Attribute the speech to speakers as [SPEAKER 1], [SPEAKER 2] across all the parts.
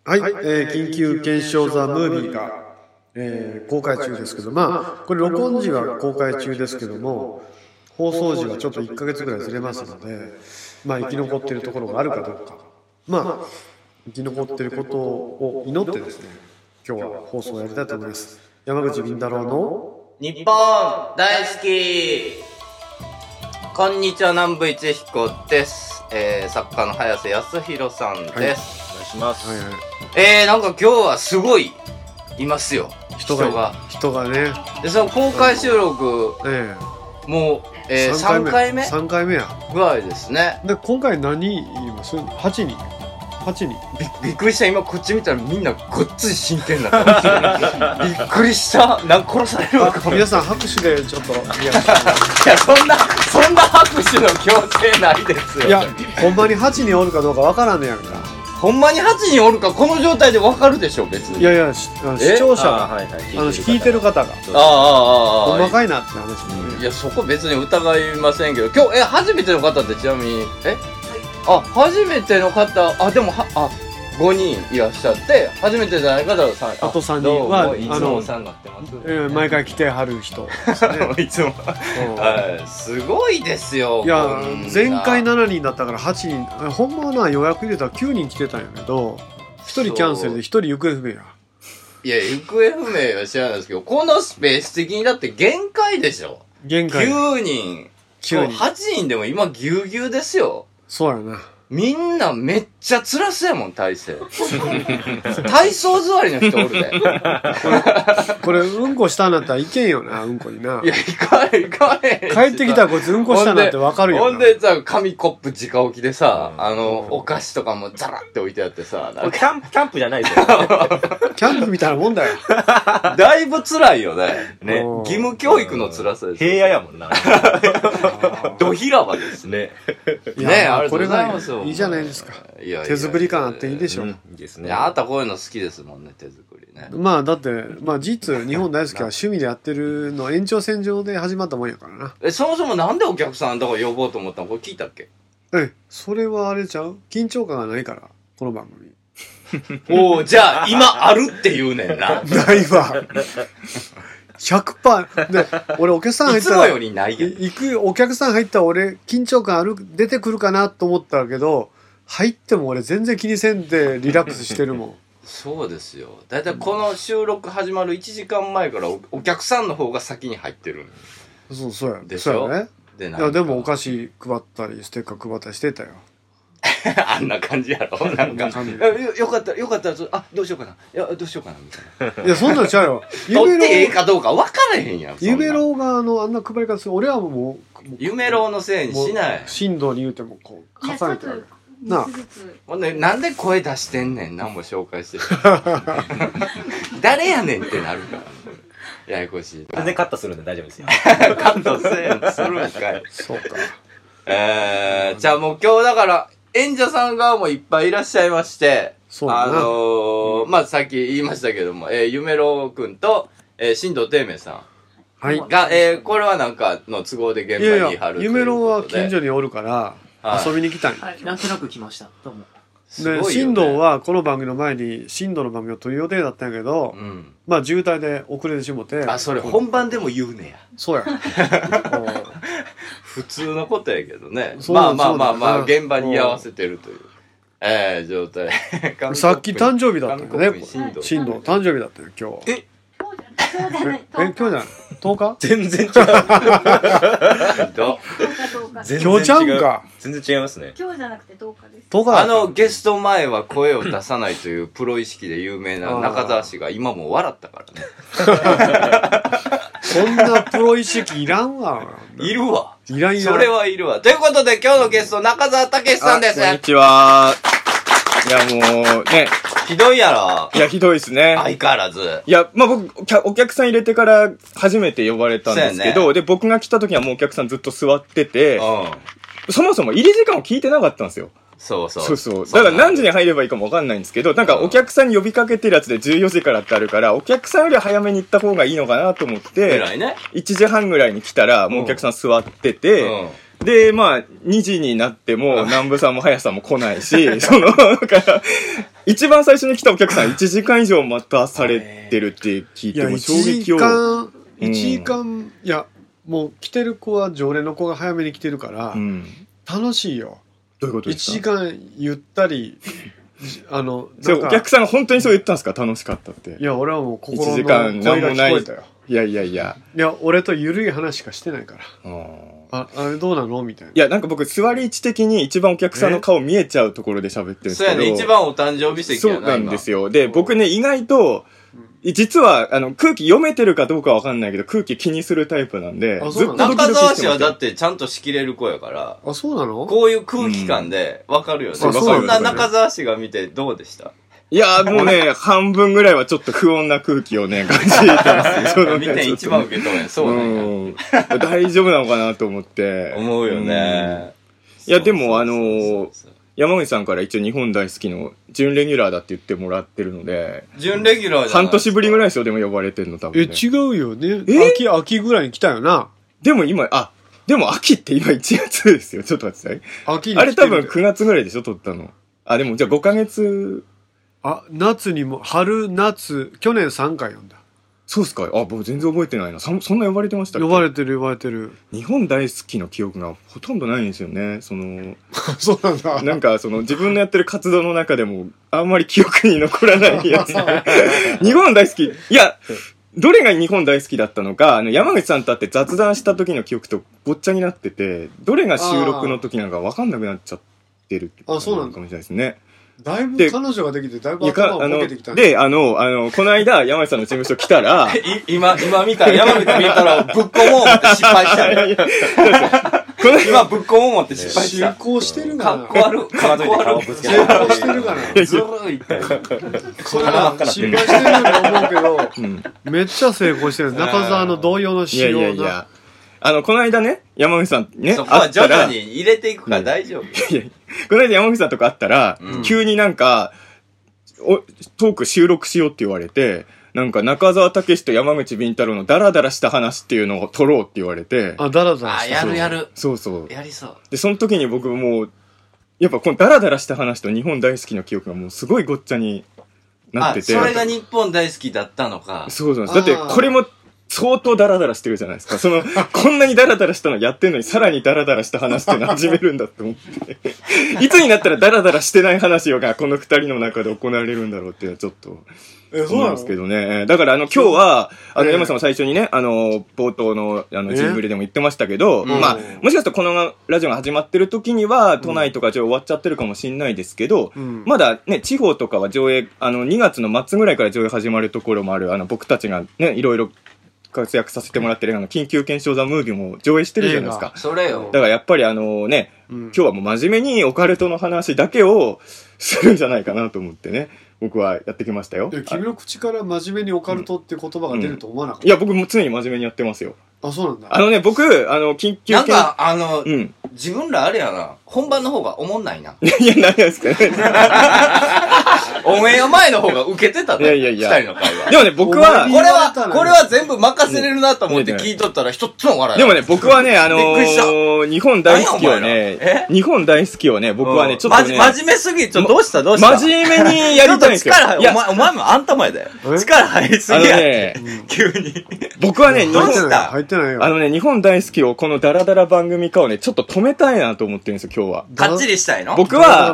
[SPEAKER 1] はい、緊急検証ザ・ムービーが、公開中ですけど、まあこれ録音時は公開中ですけども、放送時はちょっと1ヶ月ぐらいずれますので、まあ生き残っているところがあるかどうか、まあ生き残っていることを祈ってですね、今日は放送をやりたいと思います。山口敏太郎の
[SPEAKER 2] 日本大好き。こんにちは、南部一彦です。作家の早瀬康弘さんです。
[SPEAKER 1] はい、お願い
[SPEAKER 2] します。はいはい、なんか今日はすごいいますよ。人がね。で、その公開収録、もう、3回目
[SPEAKER 1] や
[SPEAKER 2] ぐらいですね。
[SPEAKER 1] で、今回何言います？ 8 人。
[SPEAKER 2] びっくりした。今こっち見たらみんなごっつい真剣な顔してる。びっくりした。なんか殺されるわ。
[SPEAKER 1] 皆さん拍手でちょっと
[SPEAKER 2] いやそんな拍手の強制ないですよ。
[SPEAKER 1] いやほんまに8人おるかどうかわからんねやんか。
[SPEAKER 2] ほんまに8人おるかこの状態でわかるでしょ別に。
[SPEAKER 1] いや視聴者が聞いてる方がほんまかいなって話、
[SPEAKER 2] いやそこ別に疑いませんけど、今日初めての方ってちなみに初めての方、でも5人いらっしゃって、初めてじゃない方は3人。
[SPEAKER 1] あと3人はい
[SPEAKER 2] つもお世話になってます。
[SPEAKER 1] 毎回来てはる人ですね。
[SPEAKER 2] いつも。すごいですよ。
[SPEAKER 1] いや、前回7人だったから8人、ほんまはな予約入れたら9人来てたんやけど、1人キャンセルで1人行方不明や。
[SPEAKER 2] いや、行方不明は知らないですけど、このスペース的にだって限界でしょ。
[SPEAKER 1] 限界。
[SPEAKER 2] 9人。8人でも今ぎゅうぎゅうですよ。
[SPEAKER 1] そうやな。
[SPEAKER 2] みんなめっちゃ辛そうやもん、体勢。体操座りの人おるで。
[SPEAKER 1] これうんこしたんだったらいけんよな、うんこにな。
[SPEAKER 2] いや、行かへん。
[SPEAKER 1] 帰ってきたらこいつうんこしたなってわかるよな。
[SPEAKER 2] ほんでさ、紙コップ直置きでさ、お菓子とかもザラって置いてあってさ。
[SPEAKER 3] キャンプじゃないですよ。
[SPEAKER 1] キャンプみたいなもんだよ。
[SPEAKER 2] だいぶ辛いよね。ね。義務教育の辛さです。
[SPEAKER 3] 平野やもんな。
[SPEAKER 2] ど平場ですね。
[SPEAKER 1] ね、これがいいじゃないですか。手作り感あっていいでしょ。い
[SPEAKER 2] いですね。あなたこういうの好きですもんね、手作りね。
[SPEAKER 1] まあだって、実日本大好きは趣味でやってるの延長線上で始まったもんやからな。
[SPEAKER 2] そもそもなんでお客さんとか呼ぼうと思ったの？これ聞いたっけ？
[SPEAKER 1] それはあれちゃう？緊張感がないから、この番組。
[SPEAKER 2] じゃあ今あるって言うねんな。
[SPEAKER 1] ないわ。100%。で、俺お客さん入ったら、
[SPEAKER 2] いつもよりないやん。
[SPEAKER 1] お客さん入ったら俺緊張感出てくるかなと思ったけど、入っても俺全然気にせんでリラックスしてるもん。
[SPEAKER 2] そうですよ。だいたいこの収録始まる1時間前からお客さんの方が先に入ってる。
[SPEAKER 1] そうや。
[SPEAKER 2] でしょ？
[SPEAKER 1] ね。いや、でもお菓子配ったり、ステッカー配ったりしてたよ。
[SPEAKER 2] あんな感じやろなんか。よかったら、どうしようかな。どうしようかな、みたいな。い
[SPEAKER 1] や、そんなんちゃうよ。
[SPEAKER 2] 取ってええかどうか分からへんやん。
[SPEAKER 1] 夢郎があんな配り方する。俺はもう。
[SPEAKER 2] 夢郎のせいにしない。
[SPEAKER 1] 振動に言うてもこう、重ねてある。
[SPEAKER 2] ほんで、なんで声出してんねん、何も紹介してる。誰やねんってなるから。ややこしい。
[SPEAKER 3] 全然カットするんで大丈夫ですよ。
[SPEAKER 2] カットするんかい。
[SPEAKER 1] そうか。
[SPEAKER 2] じゃあもう今日だから、演者さん側もいっぱいいらっしゃいまして、さっき言いましたけども、夢郎くんと、新藤貞明さんが、これはなんかの都合で現場にいはる。
[SPEAKER 1] 夢郎は近所におるから、遊びに来たんや。
[SPEAKER 4] なんとなく来ました。どうも。
[SPEAKER 1] で、新藤はこの番組の前に、新藤の番組を撮る予定だったんやけど、渋滞で遅れてしもて。
[SPEAKER 2] それ本番でも言うねや。
[SPEAKER 1] そうや。
[SPEAKER 2] 普通のことやけどね。まあ、現場に居合わせてるという、状態。
[SPEAKER 1] さっき誕生日だったんだね。新藤、誕生日だったよ、今日。今日じゃない ?10 日？
[SPEAKER 3] 全然違う。
[SPEAKER 1] 今日ちゃうんか。
[SPEAKER 3] 全然違いますね。
[SPEAKER 5] 今日じゃなくて10日です。
[SPEAKER 1] 10
[SPEAKER 2] 日ゲスト前は声を出さないというプロ意識で有名な中澤氏が今も笑ったからね。
[SPEAKER 1] そんなプロ意識いらんわ。
[SPEAKER 2] いるわ。
[SPEAKER 1] いらん。
[SPEAKER 2] それはいるわ。ということで今日のゲスト中澤武さんです。
[SPEAKER 6] こんにちは。いやもうね。
[SPEAKER 2] ひどいやろ。
[SPEAKER 6] いや、ひどいですね。
[SPEAKER 2] 相変わらず。
[SPEAKER 6] いや、僕、お客さん入れてから初めて呼ばれたんですけど、で、僕が来た時はもうお客さんずっと座ってて、そもそも入り時間を聞いてなかったんですよ。
[SPEAKER 2] そう。
[SPEAKER 6] だから何時に入ればいいかもわかんないんですけど、なんかお客さんに呼びかけてるやつで14時からってあるから、お客さんより早めに行った方がいいのかなと思って、
[SPEAKER 2] 偉いね。
[SPEAKER 6] 1時半ぐらいに来たら、もうお客さん座ってて、 で、まあ、2時になっても、南部さんも早さんも来ないし、だから、一番最初に来たお客さん1時間以上待たされてるって聞いても衝撃を。
[SPEAKER 1] 1時間、いや、もう来てる子は常連の子が早めに来てるから、楽しいよ。
[SPEAKER 6] どういうことですか？
[SPEAKER 1] 1 時間ゆったり、
[SPEAKER 6] それお客さんが本当にそう言ったんですか？楽しかったって。
[SPEAKER 1] いや、俺はもう心の
[SPEAKER 6] 1時間
[SPEAKER 1] 声が聞こえたよ。
[SPEAKER 6] いやいやいや。
[SPEAKER 1] いや、俺とゆるい話しかしてないから。あれどうなのみたいな。
[SPEAKER 6] いや、なんか僕、座り位置的に一番お客さんの顔見えちゃうところで喋ってるんですけど。
[SPEAKER 2] そうやね、一番お誕生日席やな。
[SPEAKER 6] そうなんですよ。で、僕ね、意外と、実は、空気読めてるかどうかわかんないけど、空気気にするタイプなんで、
[SPEAKER 1] ずっと
[SPEAKER 6] ドキドキしてますよ。
[SPEAKER 2] 中澤氏はだってちゃんと仕切れる子やから、
[SPEAKER 1] あ、そうなの？
[SPEAKER 2] こういう空気感でわかるよね。そんな中澤氏が見てどうでした？
[SPEAKER 6] いやもうね、半分ぐらいはちょっと不穏な空気をね、感じてますよ。
[SPEAKER 2] 見て一番受け止め。そうなん
[SPEAKER 6] や。大丈夫なのかなと思って。
[SPEAKER 2] 思うよね。
[SPEAKER 6] いや、でも山口さんから一応日本大好きの準レギュラーだって言ってもらってるので。
[SPEAKER 2] 準レギュラーじゃない
[SPEAKER 6] 半年ぶりぐらいですよ、でも呼ばれてるの多分、ね。
[SPEAKER 1] 違うよね。秋ぐらいに来たよな。
[SPEAKER 6] でも今、でも秋って今1月ですよ。ちょっと待ってください。
[SPEAKER 1] 秋に
[SPEAKER 6] あれ多分9月ぐらいでしょ、撮ったの。でもじゃあ5ヶ月。
[SPEAKER 1] 夏にも、春、夏、去年3回呼んだ。
[SPEAKER 6] そうっすか？僕全然覚えてないな。そんな呼ばれてましたっけ？
[SPEAKER 1] 呼ばれてる。
[SPEAKER 6] 日本大好きの記憶がほとんどないんですよね。
[SPEAKER 1] そうなんだ。
[SPEAKER 6] なんか自分のやってる活動の中でもあんまり記憶に残らないやつで。日本大好き。いや、どれが日本大好きだったのか、山口さんと会って雑談した時の記憶とごっちゃになってて、どれが収録の時なのか分かんなくなっちゃってる。
[SPEAKER 1] そうなんだ。
[SPEAKER 6] かもしれないですね。
[SPEAKER 1] だいぶ彼女ができてだいぶ頭をボケてきた
[SPEAKER 6] で、この間山口さんの事務所来たら
[SPEAKER 2] 今見たら山口見たらぶっこもうって失敗したよ。今ぶっこもうって失敗した。
[SPEAKER 1] 進行してるがな。
[SPEAKER 2] かっこ悪い。かっこ悪い。
[SPEAKER 1] 成功してるがな。
[SPEAKER 2] ずるいって。
[SPEAKER 1] それは失敗してるように思うけど、めっちゃ成功してる。中澤の同様の仕様な。いや
[SPEAKER 6] この間ね、山口さんね、
[SPEAKER 2] そこは徐々に入れていくから大丈夫。
[SPEAKER 6] この間山口さんとか会ったら、急になんか、トーク収録しようって言われて、なんか中澤武史と山口敏太郎のダラダラした話っていうのを撮ろうって言われて。
[SPEAKER 1] ダラダラした。
[SPEAKER 2] やる。
[SPEAKER 6] そうそう。
[SPEAKER 2] やりそう。
[SPEAKER 6] で、その時に僕もう、やっぱこのダラダラした話と日本大好きの記憶がもうすごいごっちゃになってて。
[SPEAKER 2] それが日本大好きだったのか。
[SPEAKER 6] そうなんです。だってこれも、相当ダラダラしてるじゃないですか。こんなにダラダラしたのやってんのにさらにダラダラした話っての始めるんだって思って。いつになったらダラダラしてない話がこの二人の中で行われるんだろうっていうのはちょっと。そうなんですけどね。だから今日は、山さんも最初にね、冒頭のジングルでも言ってましたけど、まあ、もしかしたらこのラジオが始まってる時には、都内とか終わっちゃってるかもしれないですけど、まだね、地方とかは上映、2月の末ぐらいから上映始まるところもある、僕たちがね、いろいろ活躍させてもらってる緊急検証ザムービーも上映してるじゃないですか。
[SPEAKER 2] それよ。
[SPEAKER 6] だからやっぱりね、今日はもう真面目にオカルトの話だけをするんじゃないかなと思ってね、僕はやってきましたよ。
[SPEAKER 1] 君の口から真面目にオカルトっていう言葉が出ると思わなかった。
[SPEAKER 6] いや、僕も常に真面目にやってますよ。
[SPEAKER 1] そうなんだ。
[SPEAKER 6] 僕、緊急
[SPEAKER 2] なんか、自分らあれやな、本番の方がおもんないな。
[SPEAKER 6] いや、何ですかね。
[SPEAKER 2] オンエア前の方が受けてた
[SPEAKER 6] いやいやいや。
[SPEAKER 2] 二人の会話。
[SPEAKER 6] でもね、僕は、
[SPEAKER 2] これは全部任せれるなと思って聞いとったら一つも笑い。
[SPEAKER 6] でもね、僕はね、日本大好きをね、日本大好きをね、僕はね、ちょっとね。
[SPEAKER 2] 真面目すぎ、どうした
[SPEAKER 6] 真面目にやりたいんですよ。
[SPEAKER 2] お前もあんた前だよ。力入りすぎや。急に。
[SPEAKER 6] 僕はね、
[SPEAKER 1] 入ってないよ。
[SPEAKER 6] 日本大好きをこのダラダラ番組化をね、ちょっと止めたいなと思ってるんですよ、今日は。
[SPEAKER 2] かっちりしたいの？
[SPEAKER 6] 僕は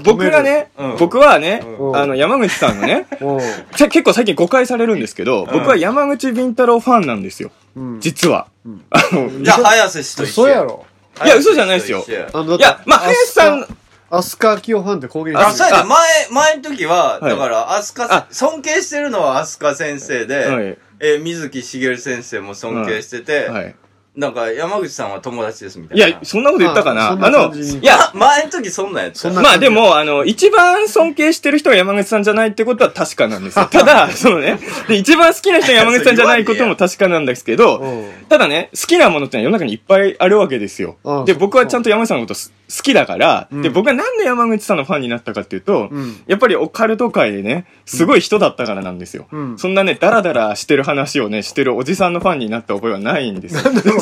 [SPEAKER 6] ね、山口さんのね、結構最近誤解されるんですけど、僕は山口敏太郎ファンなんですよ。実は。
[SPEAKER 2] じゃあ、早瀬氏と一緒。
[SPEAKER 1] 嘘やろ。
[SPEAKER 6] いや、嘘じゃないですよ。いや、まあ、林さん、
[SPEAKER 1] 飛鳥明夫ファンって公言
[SPEAKER 2] してる。前の時は、だから、尊敬してるのは飛鳥先生で、水木しげる先生も尊敬してて、なんか、山口さんは友達ですみたいな。
[SPEAKER 6] いや、そんなこと言ったかな。
[SPEAKER 1] い
[SPEAKER 6] や、
[SPEAKER 2] 前の時そんなんやった。
[SPEAKER 6] まあでも、一番尊敬してる人が山口さんじゃないってことは確かなんですよ。ただ、で、一番好きな人が山口さんじゃないことも確かなんですけど、ただね、好きなものってのは世の中にいっぱいあるわけですよ。で、僕はちゃんと山口さんのこと好きだから、で、僕はなんで山口さんのファンになったかっていうと、やっぱりオカルト界でね、すごい人だったからなんですよ。そんなね、ダラダラしてる話をね、してるおじさんのファンになった覚えはないんですよ。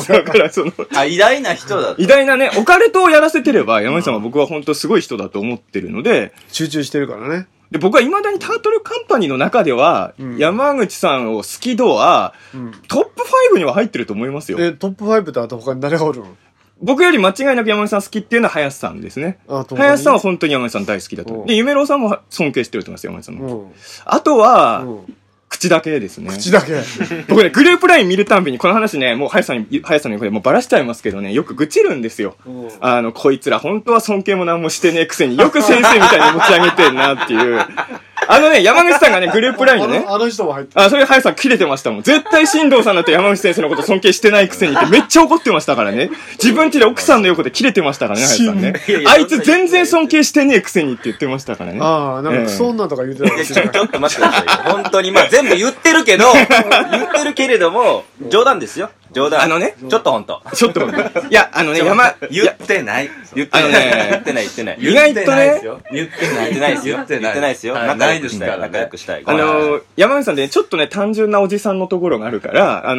[SPEAKER 6] だから
[SPEAKER 2] 偉大な人だ。
[SPEAKER 6] 偉大なね、オカルトをやらせてれば、山口さんは僕は本当すごい人だと思ってるので、
[SPEAKER 1] 集中してるからね。
[SPEAKER 6] で、僕は未だにタートルカンパニーの中では、山口さんを好き度は、トップ5には入ってると思いますよ。
[SPEAKER 1] トップ5ってあと他に誰がおるの？
[SPEAKER 6] 僕より間違いなく山口さん好きっていうのは林さんですね。林さんは本当に山口さん大好きだと。で、夢郎さんも尊敬してると思います、山口さんも。あとは、口だけですね。
[SPEAKER 1] 口だけ。
[SPEAKER 6] 僕ね、グループライン見るたんびに、この話ね、もう林さんにこれもうバラしちゃいますけどね、よく愚痴るんですよ。こいつら本当は尊敬も何もしてねえくせによく先生みたいに持ち上げてんなっていう。山口さんがね、グループラインでね。
[SPEAKER 1] あの人も入ってる。
[SPEAKER 6] それ林さん切れてましたもん。絶対新藤さんだって山口先生のこと尊敬してないくせにってめっちゃ怒ってましたからね。自分家で奥さんの横で切れてましたからね、林さんね。あいつ全然尊敬してねえくせにって言ってましたからね。
[SPEAKER 1] なんかクソ女とか言ってたらしい。
[SPEAKER 3] ちょっと待ってくださいよ。本当に、全部言ってるけど、けれども、冗談ですよ。冗談。ちょっと本当。
[SPEAKER 6] ちょっと本当。いや、
[SPEAKER 2] 言ってない。
[SPEAKER 3] 言ってない。
[SPEAKER 6] 意外とね。
[SPEAKER 3] 言ってないですよ。
[SPEAKER 2] ないですから。
[SPEAKER 3] 仲良くしたい。
[SPEAKER 6] 山口さんでちょっとね、単純なおじさんのところがあるから、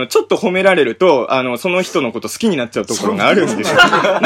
[SPEAKER 6] ちょっと褒められると、その人のこと好きになっちゃうところがあるんですよ。だから、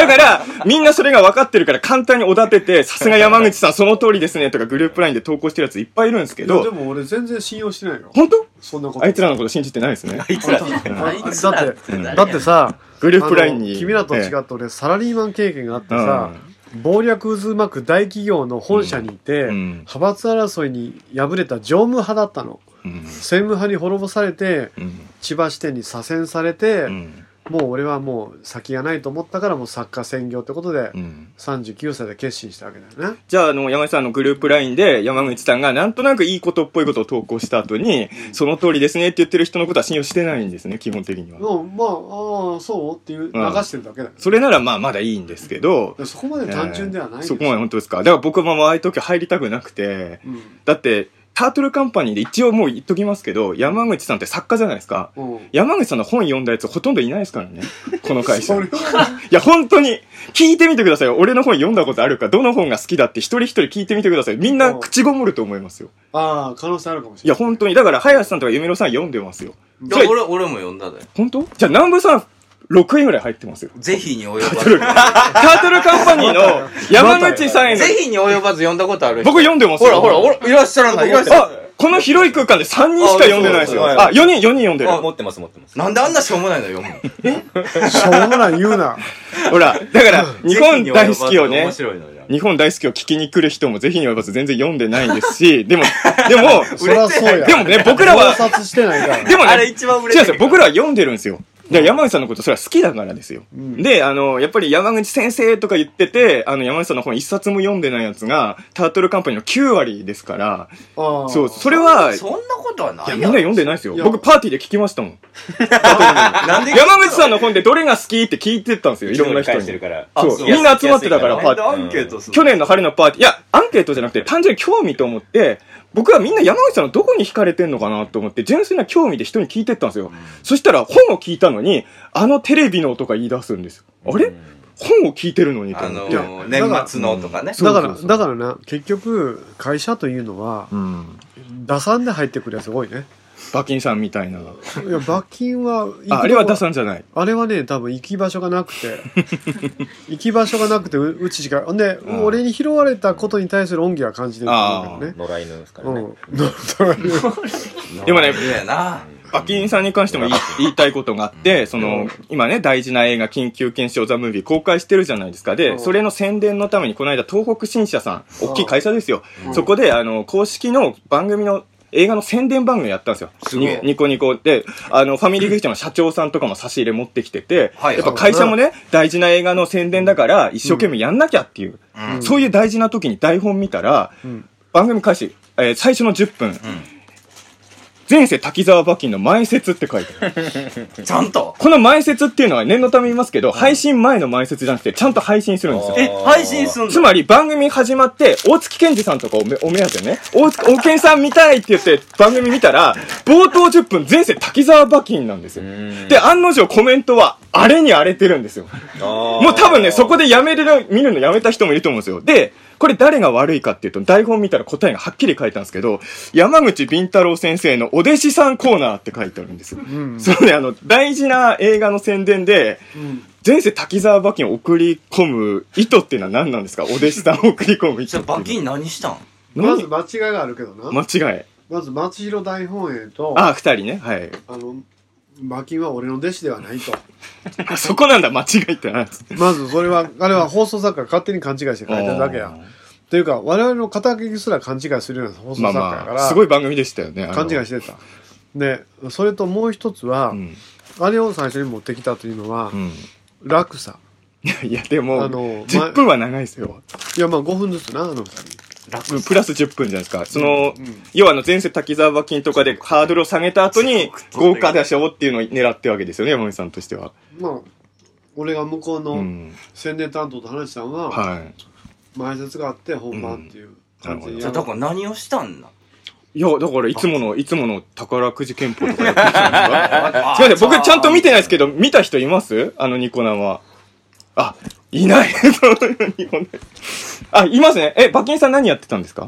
[SPEAKER 6] みんなそれが分かってるから簡単におだてて、さすが山口さんその通りですねとかグループラインで投稿してるやついっぱいいるんですけど。
[SPEAKER 1] でも俺全然信用してないよ。
[SPEAKER 6] 本当？
[SPEAKER 1] そんなこと。
[SPEAKER 6] あいつらのこと信じてないですね。
[SPEAKER 3] あいつら。
[SPEAKER 1] だってさ、
[SPEAKER 6] グループラインに。
[SPEAKER 1] 君らと違って俺サラリーマン経験があってさ、謀略渦巻く大企業の本社にいて、派閥争いに敗れた常務派だったの。専務派に滅ぼされて、千葉支店に左遷されて、もう俺はもう先がないと思ったからもう作家専業ってことで、39歳で決心したわけだよね。
[SPEAKER 6] じゃあ山口さんのグループラインで山口さんがなんとなくいいことっぽいことを投稿した後に、その通りですねって言ってる人のことは信用してないんですね、基本的には。
[SPEAKER 1] そうっていう流してるだけだよ、
[SPEAKER 6] それならまだいいんですけど。
[SPEAKER 1] そこまで単純ではないです。
[SPEAKER 6] そこまで本当ですか。だから僕もああいう時入りたくなくて、だって、タートルカンパニーで一応もう言っときますけど、山口さんって作家じゃないですか。山口さんの本読んだやつほとんどいないですからね。この会社。いや、本当に、聞いてみてくださいよ。俺の本読んだことあるか、どの本が好きだって一人一人聞いてみてください。みんな口ごもると思いますよ。
[SPEAKER 1] 可能性あるかもしれない。
[SPEAKER 6] いや、本当に。だから、林さんとか夢郎さん読んでますよ。
[SPEAKER 2] 俺も読んだで。
[SPEAKER 6] 本当？じゃあ、南部さん、6位ぐらい入ってますよ。
[SPEAKER 2] ぜひに及ばず。
[SPEAKER 6] タートルカンパニーの山口さんへの。
[SPEAKER 2] ぜひに及ばず読んだことある。
[SPEAKER 6] 僕読んでますよ。
[SPEAKER 2] ほら、いらっしゃらない。
[SPEAKER 6] この広い空間で3人しか読んでないですよ。4人読んでる。
[SPEAKER 3] 持ってます。
[SPEAKER 2] なんであんなしょうもないの読むの？
[SPEAKER 1] しょうもない言うな。
[SPEAKER 6] ほら、だから、日本大好きをね、
[SPEAKER 2] 面白いのよ。
[SPEAKER 6] 日本大好きを聞きに来る人もぜひに及ばず全然読んでないですし、でも、
[SPEAKER 1] そりゃそうや。
[SPEAKER 6] でもね、僕らは、
[SPEAKER 1] 考察してないから。
[SPEAKER 6] でもね、
[SPEAKER 2] あれ一番売れてる。
[SPEAKER 6] 違うんですよ、僕らは読んでるんですよ。山口さんのことそれは好きだからですよ。で、やっぱり山口先生とか言ってて、山口さんの本一冊も読んでないやつが、タートルカンパニーの9割ですから、そう、それは、
[SPEAKER 2] そんなことはない
[SPEAKER 6] や、みんな読んでないですよ。僕パーティーで聞きましたもん。
[SPEAKER 2] なんで
[SPEAKER 6] 山口さんの本でどれが好きって聞いてたんですよ、いろんな人に。そう、みんな集まってたから、パーティー。去年の春のパーティー、いや、アンケートじゃなくて単純に興味と思って、僕はみんな山口さんのどこに惹かれてんのかなと思って、純粋な興味で人に聞いてったんですよ。そしたら本を聞いたのに、テレビのとか言い出すんですよ。あれ本を聞いてるのにと思って。
[SPEAKER 2] 年末のとかね。
[SPEAKER 1] だからな、結局、会社というのは、打算で入ってくるやつ多いね。
[SPEAKER 6] 馬琴さんみたいな。い
[SPEAKER 1] や、馬琴は、
[SPEAKER 6] あれは打算じゃない。
[SPEAKER 1] あれはね、多分行き場所がなくて、うちしか、で、俺に拾われたことに対する恩義は感じてると思うけどね。
[SPEAKER 3] 野良犬ですからね。
[SPEAKER 6] でもね、馬琴さんに関しても言いたいことがあって、今ね、大事な映画、緊急検証ザ・ムービー公開してるじゃないですか。で、それの宣伝のために、この間、東北新社さん、大きい会社ですよ。そこで、公式の番組の、映画の宣伝番組やったんですよ。ニコニコで、ファミリー劇場の社長さんとかも差し入れ持ってきてて、やっぱ会社もね、大事な映画の宣伝だから、一生懸命やんなきゃっていう、そういう大事な時に台本見たら、番組開始、最初の10分、前世滝沢馬琴の前説って書いてある。
[SPEAKER 2] ちゃんと
[SPEAKER 6] この前説っていうのは念のため言いますけど、配信前の前説じゃなくて、ちゃんと配信するんですよ。
[SPEAKER 2] 配信すんの？
[SPEAKER 6] つまり番組始まって、大月健二さんとかお目当てね、大健さん見たいって言って番組見たら、冒頭10分前世滝沢馬琴なんですよ。で、案の定コメントは、あれに荒れてるんですよ。もう多分ね、そこで見るのやめた人もいると思うんですよ。で、 これ誰が悪いかっていうと、台本見たら答えがはっきり書いたんですけど、山口敏太郎先生のお弟子さんコーナーって書いてあるんですよ。それね、大事な映画の宣伝で、前世滝沢馬琴を送り込む意図っていうのは何なんですか？お弟子さんを送り込む意図。
[SPEAKER 3] 馬琴何したん？
[SPEAKER 1] まず間違いがあるけどな。
[SPEAKER 6] 間違い。
[SPEAKER 1] まず松弘大本営と、
[SPEAKER 6] 二人ね。はい。
[SPEAKER 1] 馬琴は俺の弟子ではないと。
[SPEAKER 6] そこなんだ、間違いってなんです。
[SPEAKER 1] まずそれは、あれは放送作家が勝手に勘違いして書いてるだけや。というか、我々の肩書きすら勘違いするような放送作家やから、
[SPEAKER 6] すごい番組でしたよね。
[SPEAKER 1] 勘違いしてた。で、それともう一つは、あれを最初に持ってきたというのは、落差。
[SPEAKER 6] いや、でも、10分は長いですよ。
[SPEAKER 1] いや、まあ5分ずつな、
[SPEAKER 6] プラス10分じゃないですか。要は前世滝沢馬琴とかでハードルを下げた後に、豪華でしょうっていうのを狙ってるわけですよね、山口さんとしては。
[SPEAKER 1] まあ、俺が向こうの宣伝担当と話したのは、前説があって本番っていう感じで。
[SPEAKER 3] だから何をしたんだ？
[SPEAKER 6] いや、だからいつもの宝くじ憲法とかやってきたんですか？すいません、僕ちゃんと見てないですけど、見た人います？ニコ生は。いない。いますね。馬琴さん何やってたんですか？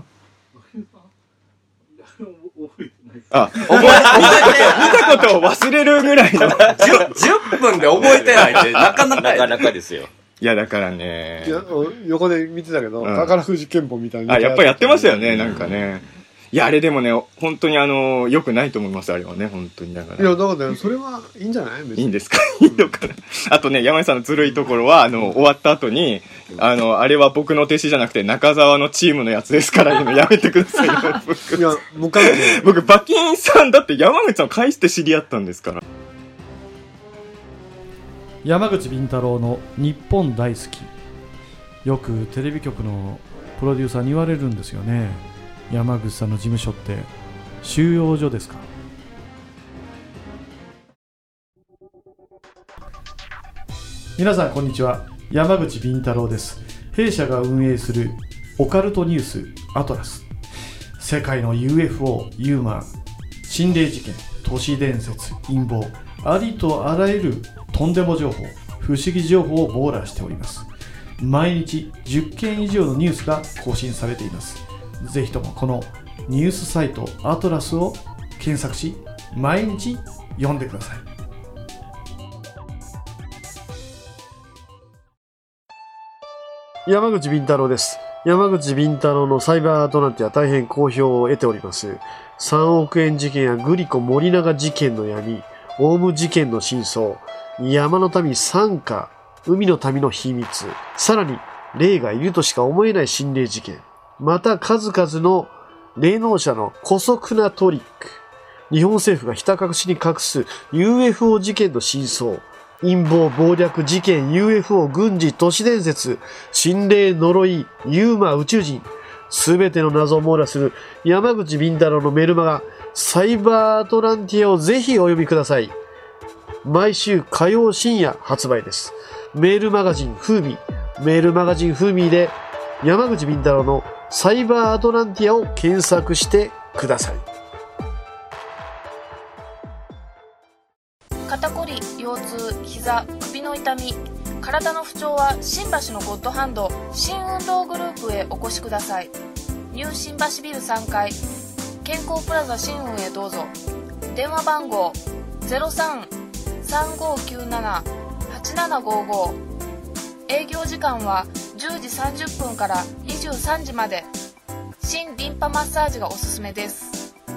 [SPEAKER 6] 見たことを忘れるぐらいの。
[SPEAKER 2] 10分で覚えてないって、なかな
[SPEAKER 3] かですよ。
[SPEAKER 6] いや、だからね。
[SPEAKER 1] 横で見てたけど、宝くじ憲法みたいな。
[SPEAKER 6] やっぱりやってましたよね、なんかね。いや、あれでもね、本当に良くないと思います、あれはね、本当に。だから。
[SPEAKER 1] いや、だからね、それはいいんじゃない？別に。
[SPEAKER 6] いいんですか？いいのかな。あとね、山井さんのずるいところは、終わった後に、あれは僕の弟子じゃなくて中澤のチームのやつですから言うのやめてくださいよ。
[SPEAKER 1] いや、無関係。
[SPEAKER 6] 僕、馬琴さんだって山口さんを介して知り合ったんですから。
[SPEAKER 4] 山口敏太郎の日本大好き。よくテレビ局のプロデューサーに言われるんですよね。山口さんの事務所って収容所ですか？皆さんこんにちは、山口敏太郎です。弊社が運営するオカルトニュースアトラス、世界の UFO、ユーマン、心霊事件、都市伝説、陰謀、ありとあらゆるとんでも情報、不思議情報を網羅しております。毎日10件以上のニュースが更新されています。ぜひともこのニュースサイトアトラスを検索し、毎日読んでください。
[SPEAKER 1] 山口敏太郎です。山口敏太郎のサイバーアトランティア大変好評を得ております。3億円事件やグリコ森永事件の闇、オウム事件の真相、山の民惨禍、海の民の秘密、さらに霊がいるとしか思えない心霊事件、また数々の霊能者の姑息なトリック、日本政府がひた隠しに隠す UFO 事件の真相、陰謀、暴略、事件、UFO、軍事、都市伝説、心霊、呪い、ユーマ、宇宙人、すべての謎を網羅する山口敏太郎のメルマガ、サイバーアトランティアをぜひお読みください。毎週火曜深夜発売です。メールマガジンフーミー、メールマガジンフーミーで山口敏太郎のサイバーアトランティアを検索してください。
[SPEAKER 5] 肩こり、腰痛、膝、首の痛み、体の不調は新橋のゴッドハンド新運動グループへお越しください。ニュー新橋ビル3階健康プラザ新運へどうぞ。電話番号 03-3597-8755、 営業時間は10時30分から23時まで。新リンパマッサージがおすすめです。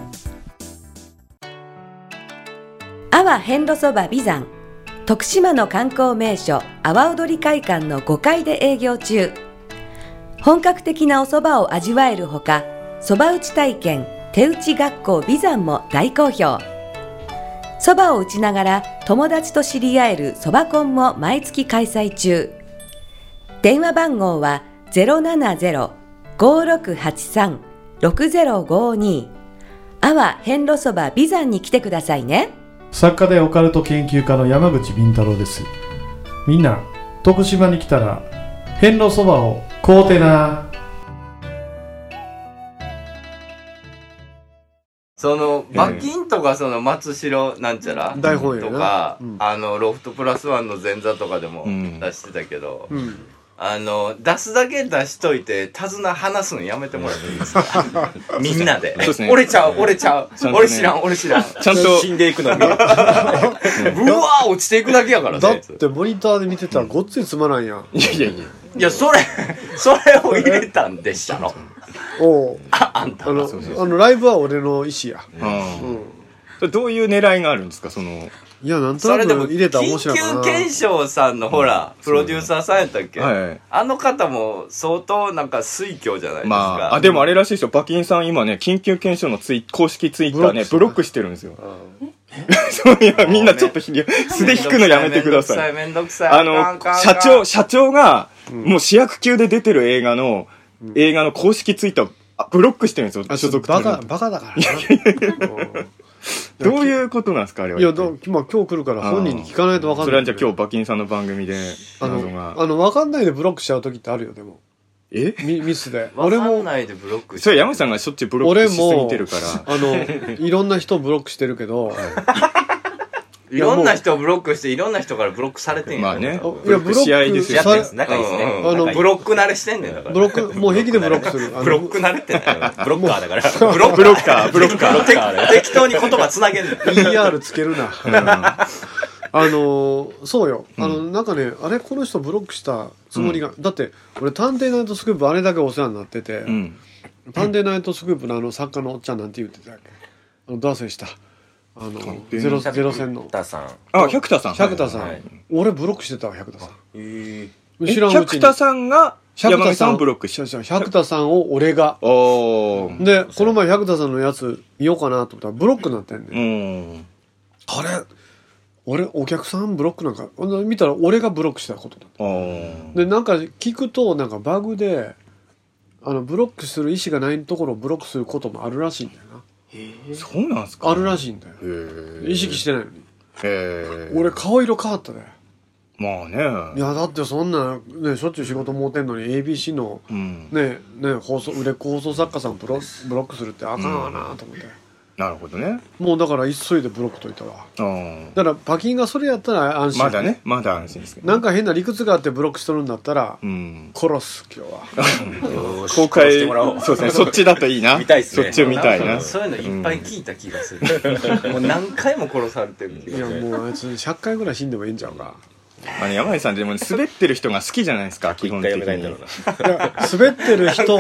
[SPEAKER 7] 阿波遍路そば美山、徳島の観光名所阿波踊り会館の5階で営業中。本格的なお蕎麦を味わえるほか、蕎麦打ち体験、手打ち学校美山も大好評。蕎麦を打ちながら友達と知り合える蕎麦コンも毎月開催中。電話番号は 070-5683-6052。阿波遍路そば美山に来てくださいね。
[SPEAKER 4] 作家でオカルト研究家の山口敏太郎です。みんな徳島に来たら遍路そばを買うてな。
[SPEAKER 2] 馬琴とか松代なんちゃらとか、ロフトプラスワンの前座とかでも出してたけど、 出すだけ出しといて、手綱離すのやめてもらっていいですかみんなで。
[SPEAKER 6] そうですね。
[SPEAKER 2] 俺ちゃう。俺知らん。
[SPEAKER 3] ちゃんと死んでいくのに。
[SPEAKER 2] うわー落ちていくだけやからね。
[SPEAKER 1] だってモニターで見てたらごっついつまらんやん。
[SPEAKER 6] いや、
[SPEAKER 2] それを入れたんでしたの。
[SPEAKER 1] おう。
[SPEAKER 2] あんた。
[SPEAKER 1] ライブは俺の意思や。
[SPEAKER 6] どういう狙いがあるんですか、
[SPEAKER 1] いや、なんとなく入れたら面白いかな。
[SPEAKER 2] 緊急検証さんのほら、プロデューサーさんやったっけ、
[SPEAKER 6] はい、
[SPEAKER 2] あの方も相当なんか推挙じゃないですか。
[SPEAKER 6] でもあれらしいですよ。馬琴さん今ね、緊急検証の公式ツイッターね、ブロックしてるんですよ。そういや、みんなちょっと素で引くのやめてください。
[SPEAKER 2] めんどくさい。
[SPEAKER 6] 社長が、もう主役級で出てる映画の公式ツイッターをブロックしてるんですよ。所属
[SPEAKER 1] バカだからな。
[SPEAKER 6] どういうことなんですかあれは。
[SPEAKER 1] いや、今日来るから本人に聞かないと分かんない。
[SPEAKER 6] それはじゃあ今日馬琴さんの番組で
[SPEAKER 1] 謎が分かんないでブロックしちゃう時ってあるよ。でもミスで
[SPEAKER 2] 分かんないでブロック
[SPEAKER 6] それ山口さんがしょっちゅうブロックしすぎてるから
[SPEAKER 1] いろんな人ブロックしてるけど
[SPEAKER 2] いろんな人をブロックしていろんな人からブロックされてんや。
[SPEAKER 6] まあね。ブロック試合ですよ。
[SPEAKER 3] 仲いいですね。
[SPEAKER 2] ブロック慣れしてんねんだから。
[SPEAKER 1] ブロック、もう平気でブロックする。
[SPEAKER 2] ブロック慣れてない。
[SPEAKER 3] ブロッカーだから。
[SPEAKER 2] ブロッカー。適当に言葉つなげんの。
[SPEAKER 1] ER つけるな。そうよ。なんかね、あれこの人ブロックしたつもりが。だって、俺探偵ナイトスクープあれだけお世話になってて、探偵ナイトスクープの作家のおっちゃんなんて言ってたっけ？どうせした。ゼロ戦の。
[SPEAKER 3] 百田さん。
[SPEAKER 6] 百田さん。
[SPEAKER 1] 百田さん。俺ブロックしてたわ、百田さん。
[SPEAKER 6] 知らんうちに。百田さんが、山口さんをブロックしてた。
[SPEAKER 1] 百田さんを俺が。で、この前百田さんのやつ見ようかなと思ったらブロックになってんね。あれ俺、お客さんブロックなんか、見たら俺がブロックしたことだった。で、なんか聞くと、なんかバグで、ブロックする意思がないところをブロックすることもあるらしいんだよな。
[SPEAKER 6] そうなんすか？
[SPEAKER 1] あるらしいんだよ。意識してないのに。俺顔色変わったね。
[SPEAKER 6] まあね。
[SPEAKER 1] いやだってそんなねしょっちゅう仕事持ってんのに ABC のね売れっ子放送作家さんブロックするってあかんわなと思って。
[SPEAKER 6] なるほどね。
[SPEAKER 1] もうだから急いでブロックといたわ。だから馬琴がそれやったら安心。
[SPEAKER 6] まだ安心ですけど。
[SPEAKER 1] なんか変な理屈があってブロックしとるんだったら殺す今日は。
[SPEAKER 6] 公開そうですね。そっちだといいな。
[SPEAKER 3] 見たいっすね。
[SPEAKER 6] そっちを見たいな。
[SPEAKER 2] そういうのいっぱい聞いた気がする。もう何回も殺されてる。
[SPEAKER 1] いやもうあいつ100回ぐらい死んでもいいんちゃうか。
[SPEAKER 6] 山口さんでも滑ってる人が好きじゃないですか基本的に。
[SPEAKER 1] 滑ってる人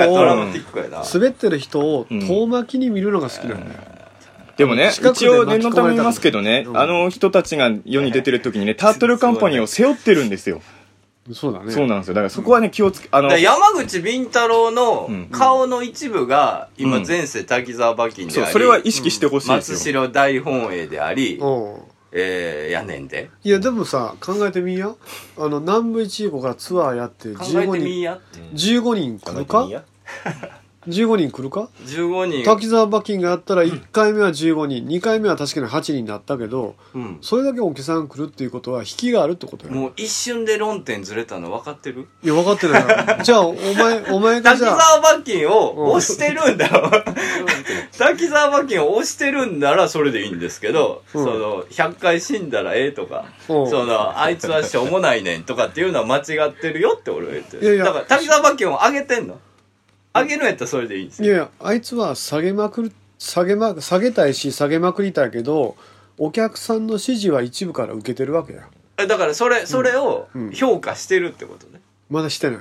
[SPEAKER 1] を遠巻きに見るのが好きなんだよ。
[SPEAKER 6] でもね、一応念のため言いますけどね、あの人たちが世に出てる時にね、タートルカンパニーを背負ってるんですよ。
[SPEAKER 1] そうだね。
[SPEAKER 6] そうなんですよ。だからそこはね、気をつけ、
[SPEAKER 2] 山口敏太郎の顔の一部が、今前世滝沢馬琴であり、
[SPEAKER 6] そう、それは意識してほしいですよ。
[SPEAKER 2] 松代大本営であり、やねんで。
[SPEAKER 1] いや、でもさ、考えてみんや。南部一号からツアーやって15人来るか15人来るか
[SPEAKER 2] ?15 人。
[SPEAKER 1] 滝沢馬琴がやったら1回目は15人、2回目は確かに8人だったけど、それだけお客さん来るっていうことは引きがあるってことよ。
[SPEAKER 2] もう一瞬で論点ずれたの分かってる？
[SPEAKER 1] いや、分かってない。じゃあ、お前がじゃあ。
[SPEAKER 2] 滝沢馬琴を押してるんだよ。滝沢馬琴を押してるんならそれでいいんですけど、100回死んだらええとか、あいつはしょうもないねんとかっていうのは間違ってるよって俺は言ってる。だから滝沢馬琴を上げてんの？上げるんやったらそれでいいんですよ。
[SPEAKER 1] いやあいつは下げたいし下げまくりたいけどお客さんの指示は一部から受けてるわけや。
[SPEAKER 2] だからそれを評価してるってことね。
[SPEAKER 1] まだしてない。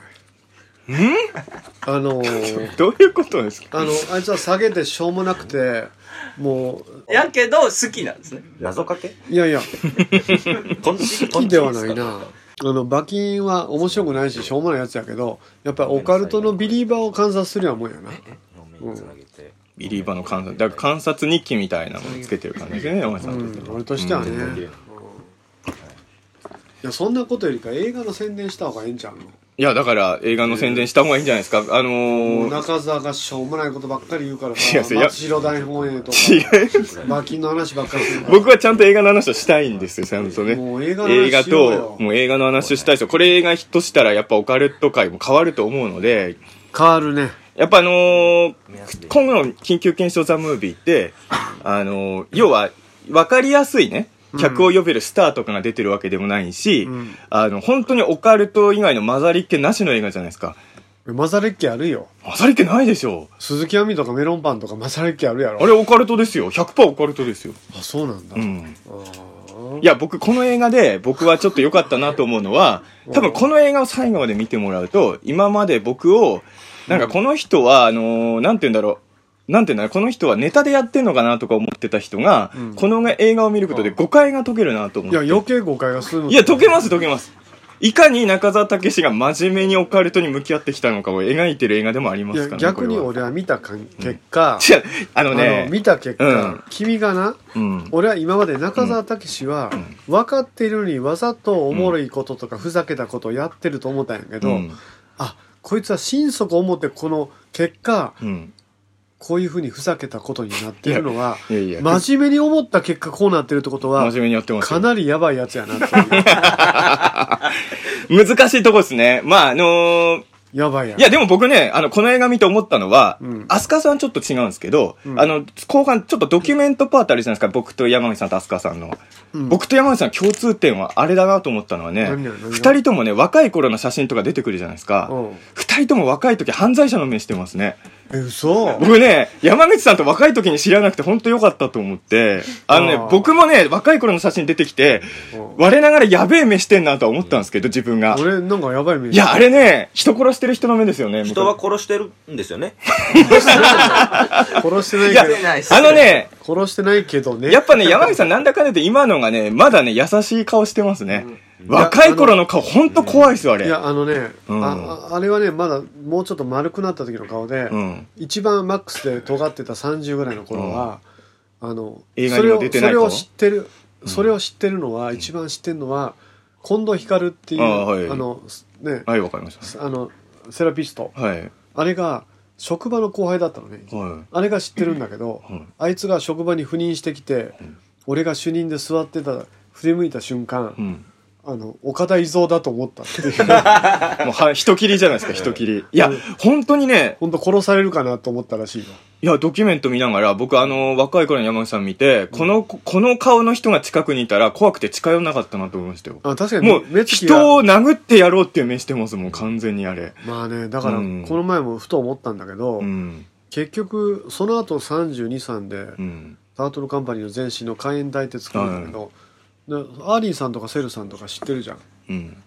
[SPEAKER 6] どういうことですか？
[SPEAKER 1] あいつは下げてしょうもなくても
[SPEAKER 2] うやけど好きなんですね。
[SPEAKER 3] 謎かけ？
[SPEAKER 1] いや好きではないな。馬琴は面白くないししょうもないやつやけどやっぱりオカルトのビリーバーを観察するようなもんやな。
[SPEAKER 6] ビリーバーの観察だから観察日記みたいなのをつけてる感じですね山口さん。
[SPEAKER 1] 俺としてはね。いやそんなことよりか映画の宣伝した方がいいんちゃうの？
[SPEAKER 6] いやだから映画の宣伝した方がいいんじゃないですか。
[SPEAKER 1] 中澤がしょうもないことばっかり言うからさ、松代大本営とか馬琴の話ばっかりするから。
[SPEAKER 6] 僕はちゃんと映画の話をしたいんですよちゃんとね。
[SPEAKER 1] もう映画と
[SPEAKER 6] もう映画の話をしたいですよ。これ映画ヒットしたらやっぱオカルト界も変わると思うので。
[SPEAKER 1] 変わるね。
[SPEAKER 6] やっぱ今後の緊急検証ザムービーって要は分かりやすいね客を呼べるスターとかが出てるわけでもないし、
[SPEAKER 1] うん
[SPEAKER 6] 本当にオカルト以外の混ざりっ気なしの映画じゃないですか。
[SPEAKER 1] 混ざりっ気あるよ。
[SPEAKER 6] 混ざりっ気ないでしょ。
[SPEAKER 1] 鈴木亜美とかメロンパンとか混ざりっ気あるやろ。
[SPEAKER 6] あれオカルトですよ。100% オカルトですよ。
[SPEAKER 1] あ、そうなんだ。
[SPEAKER 6] うん。
[SPEAKER 1] あ
[SPEAKER 6] いや、僕、この映画で、僕はちょっと良かったなと思うのは、多分この映画を最後まで見てもらうと、今まで僕を、なんかこの人は、なんて言うんだろう。なんて言うんだろう。この人はネタでやってんのかなとか思ってた人が、この映画を見ることで誤解が解けるなと思って。
[SPEAKER 1] いや、余計誤解がするの。
[SPEAKER 6] いや、解けます、解けます。いかに中澤武史が真面目にオカルトに向き合ってきたのかを描いてる映画でもありますからね。
[SPEAKER 1] 逆に俺は見た結果、
[SPEAKER 6] 違う、
[SPEAKER 1] 見た結果、
[SPEAKER 6] うん、
[SPEAKER 1] 君がな、
[SPEAKER 6] うん、
[SPEAKER 1] 俺は今まで中澤武史は、分かっているのにわざとおもろいこととかふざけたことをやってると思ったんやけど、あ、こいつは心底思ってこの結果、こういうふうにふざけたことになっているのは、真面目に思った結果こうなってるってことは、
[SPEAKER 6] 真面目にやってます。
[SPEAKER 1] かなりやばいやつやなって
[SPEAKER 6] いう。難しいとこですね。まあ、
[SPEAKER 1] やばいや。
[SPEAKER 6] いや、でも僕ね、この映画見て思ったのは、飛鳥さんちょっと違うんですけど、後半ちょっとドキュメントパートあるじゃないですか、僕と山口さんと飛鳥さんの。僕と山口さん共通点はあれだなと思ったのはね、二人ともね、若い頃の写真とか出てくるじゃないですか。二人とも若い時犯罪者の目してますね。
[SPEAKER 1] 嘘？
[SPEAKER 6] 僕ね、山口さんと若い時に知らなくて本当良かったと思って、僕もね、若い頃の写真出てきて、我ながらやべえ目してんなとは思ったんですけど、自分が。
[SPEAKER 1] 俺なんかやばい目。
[SPEAKER 6] いや、あれね、人殺してる人の目ですよね。
[SPEAKER 3] 人は殺してるんですよね。
[SPEAKER 1] 殺してないけど。殺してないけどね。
[SPEAKER 6] やっぱね、山口さんなんだかんだで今のがね、まだね、優しい顔してますね。若い頃の顔、ほんと怖いっすよ、あれ。
[SPEAKER 1] いや、あれはね、まだもうちょっと丸くなった時の顔で、一番マックスで尖ってた30ぐらいの頃は、
[SPEAKER 6] 映画にも出てない頃。
[SPEAKER 1] それを知ってるのは、一番知ってるのは、近藤光っていう、ね、
[SPEAKER 6] はい、わかりました。
[SPEAKER 1] セラピスト。あれが、職場の後輩だったのね。あれが知ってるんだけど、あいつが職場に赴任してきて、俺が主任で座ってた、振り向いた瞬間、岡田伊蔵だと思ったっていう。
[SPEAKER 6] もう人切りじゃないですか、人切り。いや、本当にね。
[SPEAKER 1] 本当殺されるかなと思ったらしいよ。
[SPEAKER 6] いや、ドキュメント見ながら、僕若い頃の山口さん見て、この顔の人が近くにいたら怖くて近寄らなかったなと思いましたよ。
[SPEAKER 1] あ、確かに。
[SPEAKER 6] もう、人を殴ってやろうっていう目してますもん、完全にあれ。
[SPEAKER 1] まあね、だから、この前もふと思ったんだけど、結局、その後32、3で、タートルカンパニーの前身の海援大って作るんだけど、アーリーさんとかセルさんとか知ってるじゃん。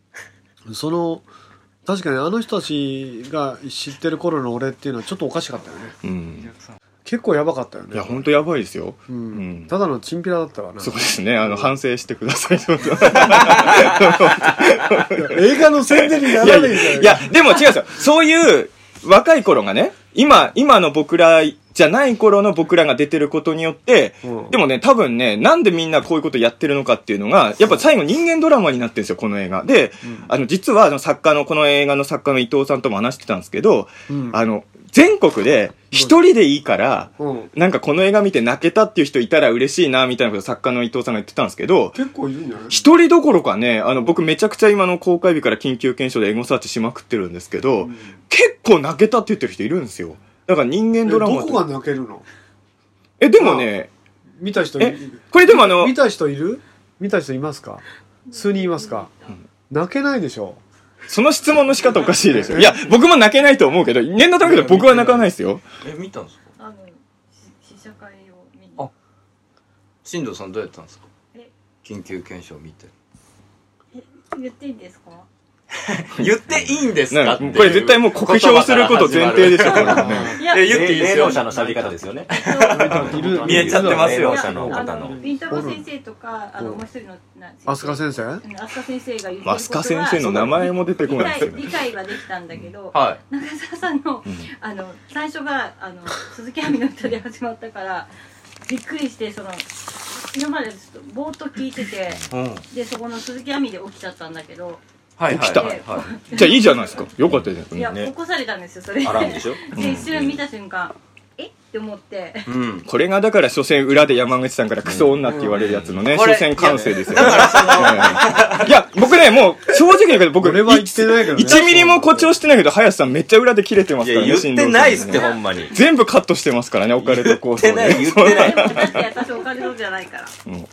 [SPEAKER 1] 確かにあの人たちが知ってる頃の俺っていうのはちょっとおかしかったよね。結構やばかったよね。
[SPEAKER 6] いや、ほんとやばいですよ。
[SPEAKER 1] ただのチンピラだったわな。
[SPEAKER 6] そうですね。反省してください。
[SPEAKER 1] 映画の宣伝にならないんだよ。
[SPEAKER 6] いや、でも違うんですよ。そういう若い頃がね、今の僕らじゃない頃の僕らが出てることによって、でもね、多分ね、なんでみんなこういうことやってるのかっていうのが、やっぱ最後人間ドラマになってるんですよ、この映画。で、実はこの映画の作家の伊藤さんとも話してたんですけど、全国で一人でいいから、なんかこの映画見て泣けたっていう人いたら嬉しいな、みたいなこと作家の伊藤さんが言ってたんですけど、
[SPEAKER 1] 結構いるんじゃない？
[SPEAKER 6] 一人どころかね、僕めちゃくちゃ今の公開日から緊急検証でエゴサーチしまくってるんですけど、結構泣けたって言ってる人いるんですよ。だから人間ドラマ。
[SPEAKER 1] どこが泣けるの？
[SPEAKER 6] でもね、
[SPEAKER 1] 見た人いる？
[SPEAKER 6] これでも
[SPEAKER 1] 見た人いる？見た人いますか？数人いますか？泣けないでしょ。
[SPEAKER 6] その質問の仕方おかしいですよ。いや、僕も泣けないと思うけど、念のためだけど僕は泣かないですよ。
[SPEAKER 2] 見たんですか？
[SPEAKER 8] 試写会を見に。
[SPEAKER 2] 新藤さんどうやったんですか？緊急検証見て。
[SPEAKER 8] 言っていいんですか？
[SPEAKER 2] 言っていいんですかって。
[SPEAKER 6] これ絶対もう酷評すること前提でしょ、これね。
[SPEAKER 2] 言っていいですよ。
[SPEAKER 3] 霊能者の喋り方ですよね。
[SPEAKER 2] 見えちゃってますよ。
[SPEAKER 8] ビンタロウ先生とか、もう一人の
[SPEAKER 1] 飛鳥先生？
[SPEAKER 8] 飛鳥先生が言ってることは、
[SPEAKER 6] 飛鳥先生の名前も出てこないですよね。
[SPEAKER 8] 理解はできたんだけど、
[SPEAKER 2] 中
[SPEAKER 8] 澤さんの最初が鈴木亜美の歌で始まったからびっくりして、今までちょっとぼーっと聞いてて、でそこの鈴木亜美で起きちゃったんだけど。
[SPEAKER 6] 起きた。じゃあいいじゃないですか。よかったじゃん。
[SPEAKER 8] いや、起こされたんですよ、それ。
[SPEAKER 3] アラームでしょ？
[SPEAKER 8] 一瞬見た瞬間、って思って。
[SPEAKER 6] これがだから所詮裏で山口さんからクソ女って言われるやつのね、所詮感性ですよ。
[SPEAKER 2] だから
[SPEAKER 6] いや、僕ね、もう正直言うけど、僕、
[SPEAKER 1] 俺は言ってないけどね。
[SPEAKER 6] 1ミリも誇張してないけど、林さんめっちゃ裏で切れてますからね。
[SPEAKER 3] 言ってないっすって、ほんまに。
[SPEAKER 6] 全部カットしてますからね、オカルト構想で。
[SPEAKER 3] 言ってない。
[SPEAKER 8] だって私オカルトじゃないから。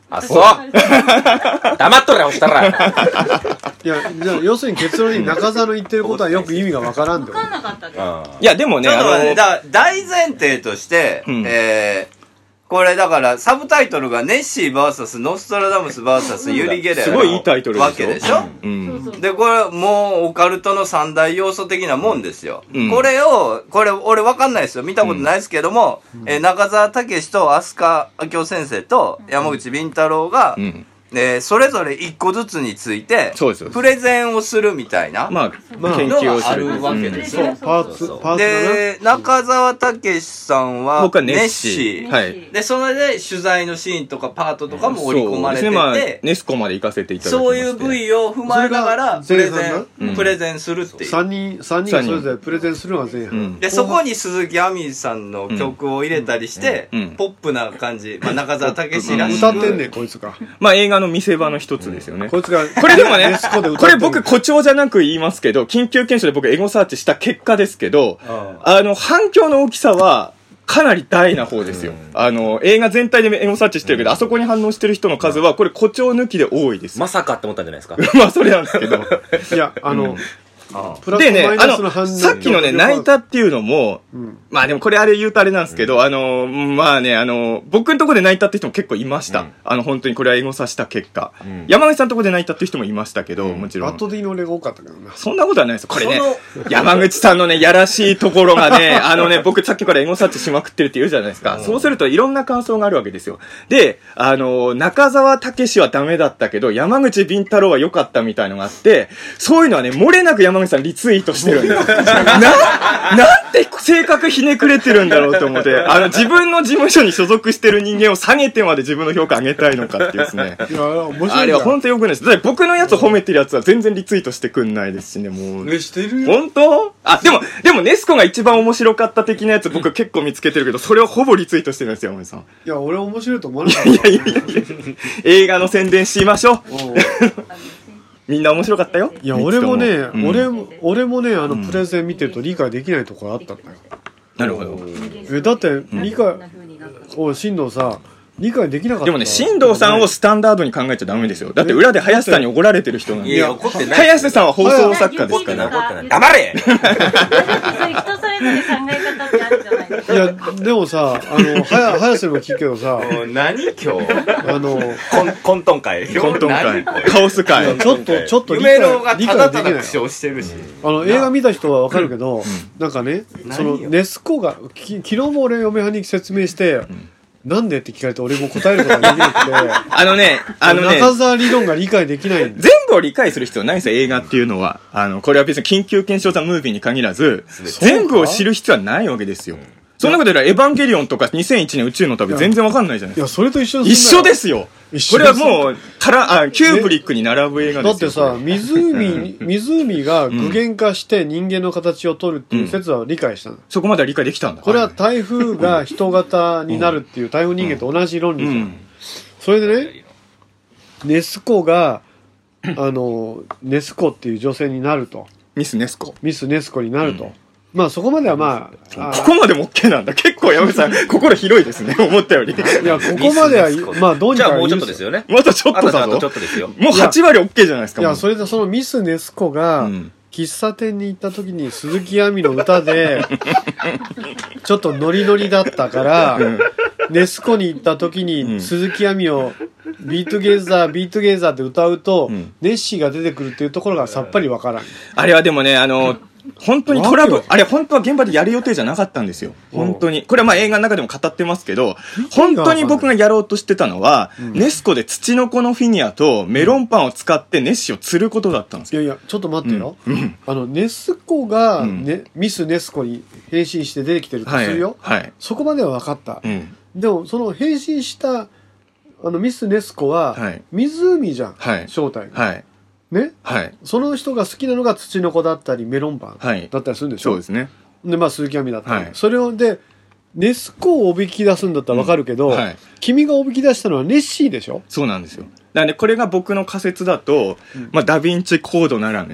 [SPEAKER 3] あ、そう黙っとれ、おしたら。
[SPEAKER 1] いや、じゃあ、要するに結論に中澤の言ってることはよく意味がわからんで。
[SPEAKER 8] 分かんなかったです。
[SPEAKER 6] いや、でもね、
[SPEAKER 2] ちょっと待って、大前提として、これだからサブタイトルがネッシー VS ノストラダムス VS ユリ・ゲラー
[SPEAKER 6] すごいいいタイトル
[SPEAKER 2] わけでしょ、でこれもうオカルトの三大要素的なもんですよ、これ俺わかんないですよ、見たことないですけども、中澤武史と飛鳥明夫先生と山口敏太郎が、それぞれ一個ずつについてプレゼンをするみたいな
[SPEAKER 6] 研究をする
[SPEAKER 2] あるわけですよ。
[SPEAKER 1] パーツ
[SPEAKER 2] で中澤武史さんは
[SPEAKER 6] 僕は
[SPEAKER 2] ネッシー、でそれで取材のシーンとかパートとかも織り込まれてて、
[SPEAKER 6] ネスコまで行かせていただきまして、
[SPEAKER 2] そういう部位を踏まえながらプレゼンするっていう。
[SPEAKER 1] 3人がそれぞれプレゼンするのが前半、
[SPEAKER 2] でそこに鈴木亜美さんの曲を入れたりして、ポップな感じ、中澤武史らしく
[SPEAKER 1] 歌ってんねんこいつが。
[SPEAKER 6] 映画の見せ場の一つですよね。
[SPEAKER 1] こいつが
[SPEAKER 6] これでもね、これ僕誇張じゃなく言いますけど、緊急検証で僕エゴサーチした結果ですけど、反響の大きさはかなり大な方ですよ。映画全体でエゴサーチしてるけど、あそこに反応してる人の数はこれ誇張抜きで多いです。
[SPEAKER 3] まさかって思ったんじゃないですか。
[SPEAKER 6] まあそれなんですけど。
[SPEAKER 1] いや
[SPEAKER 6] でね、さっきのね、泣いたっていうのも、まあでもこれ言うとあれなんですけど、まあね、僕のとこで泣いたって人も結構いました。本当にこれはエゴサした結果。山口さんのとこで泣いたって人もいましたけど、もちろん。
[SPEAKER 1] 圧倒的に俺が多かったけどな。
[SPEAKER 6] そんなことはないですよ。これね、山口さんのね、やらしいところがね、僕さっきからエゴサーチしまくってるって言うじゃないですか。そうするといろんな感想があるわけですよ。で、中澤武史はダメだったけど、山口敏太郎は良かったみたいのがあって、そういうのはね、漏れなく山口さんリツイートしてるんです。なんて性格ひねくれてるんだろうと思って、自分の事務所に所属してる人間を下げてまで自分の評価上げたいのかっていうですね。あれは本当に良くないです。だって僕のやつ褒めてるやつは全然リツイートしてくんないですしね、もう。
[SPEAKER 1] してるよ。
[SPEAKER 6] 本当？でもネスコが一番面白かった的なやつ僕結構見つけてるけど、それをほぼリツイートしてるんですよ、山口さん。
[SPEAKER 1] いや、俺面白いと思わなかった。
[SPEAKER 6] いや、映画の宣伝しましょう。みんな面白かったよ。
[SPEAKER 1] いや、俺もね、俺もね、プレゼン見てると理解できないところあったんだよ。
[SPEAKER 6] なるほど。
[SPEAKER 1] だって進藤さ、理解できなかった。
[SPEAKER 6] でもね、進藤さんをスタンダードに考えちゃダメですよ。だって裏で林さんに怒られてる人なんで。
[SPEAKER 3] いや、怒ってない。
[SPEAKER 6] 林さんは放送作家ですから。
[SPEAKER 3] 黙れ
[SPEAKER 8] 人それぞれ考え方ってあるじゃないですか。
[SPEAKER 1] いや、でもさ、林にも聞くけどさ、
[SPEAKER 2] 何今日
[SPEAKER 3] 混沌会。
[SPEAKER 6] カオス会。
[SPEAKER 1] ちょっと
[SPEAKER 2] 夢郎がただただ苦笑してるし。
[SPEAKER 1] 映画見た人はわかるけど、なんかね、ネスコが、昨日も俺嫁はんに説明して、なんでって聞かれて俺も答えることができなくて中澤理論が理解できない。
[SPEAKER 6] 全部を理解する必要ないんですよ、映画っていうのは。これは別に緊急検証ザムービーに限らず全部を知る必要はないわけですよ。そんなことよりエヴァンゲリオンとか2001年宇宙の旅全然わかんないじゃないですか。
[SPEAKER 1] いや、それと一緒
[SPEAKER 6] ですよ。これはもうキューブリックに並ぶ映画ですよ。
[SPEAKER 1] だってさ、湖が具現化して人間の形を取るっていう説は理解したの。
[SPEAKER 6] そこまでは理解できたんだ。
[SPEAKER 1] これは台風が人型になるっていう台風人間と同じ論理じゃん。それでね、ネスコがネスコっていう女性になると。
[SPEAKER 6] ミスネスコ
[SPEAKER 1] になると。まあそこまではま
[SPEAKER 6] あここまでも OK なんだ。結構山口さん心広いですね、思ったより。
[SPEAKER 1] いや、ここまではまあどうにか。
[SPEAKER 3] じゃあもうちょっとですよね。
[SPEAKER 6] またちょっとだぞ。
[SPEAKER 3] あとちょっとですよ。
[SPEAKER 6] もう8割 OK じゃないですか。
[SPEAKER 1] いや、それでそのミスネスコが喫茶店に行った時に鈴木亜美の歌でちょっとノリノリだったから、ネスコに行った時に鈴木亜美をビートゲーザーって歌うと、ネッシーが出てくるっていうところがさっぱりわからん。
[SPEAKER 6] あれはでもね、本当にトラブル、あれ本当は現場でやる予定じゃなかったんですよ。本当に。これはまあ映画の中でも語ってますけど、本当に僕がやろうとしてたのは、ネスコでツチノコのフィギュアとメロンパンを使ってネッシーを釣ることだったんですよ。
[SPEAKER 1] いやいや、ちょっと待ってよ。ネスコが、ミスネスコに変身して出てきてるとするよ。そこまでは分かった。でも、その変身したミスネスコは、湖じゃん、正体が。ね、その人が好きなのがツチノコだったりメロンパンだったりするんでしょ。
[SPEAKER 6] そうですね。
[SPEAKER 1] で、まあ鈴木亜美だったり、それをでネスコをおびき出すんだったらわかるけど、君がおびき出したのはネッシーでしょ。
[SPEAKER 6] そうなんですよ。だからね、これが僕の仮説だと、まあダヴィンチコードならぬね、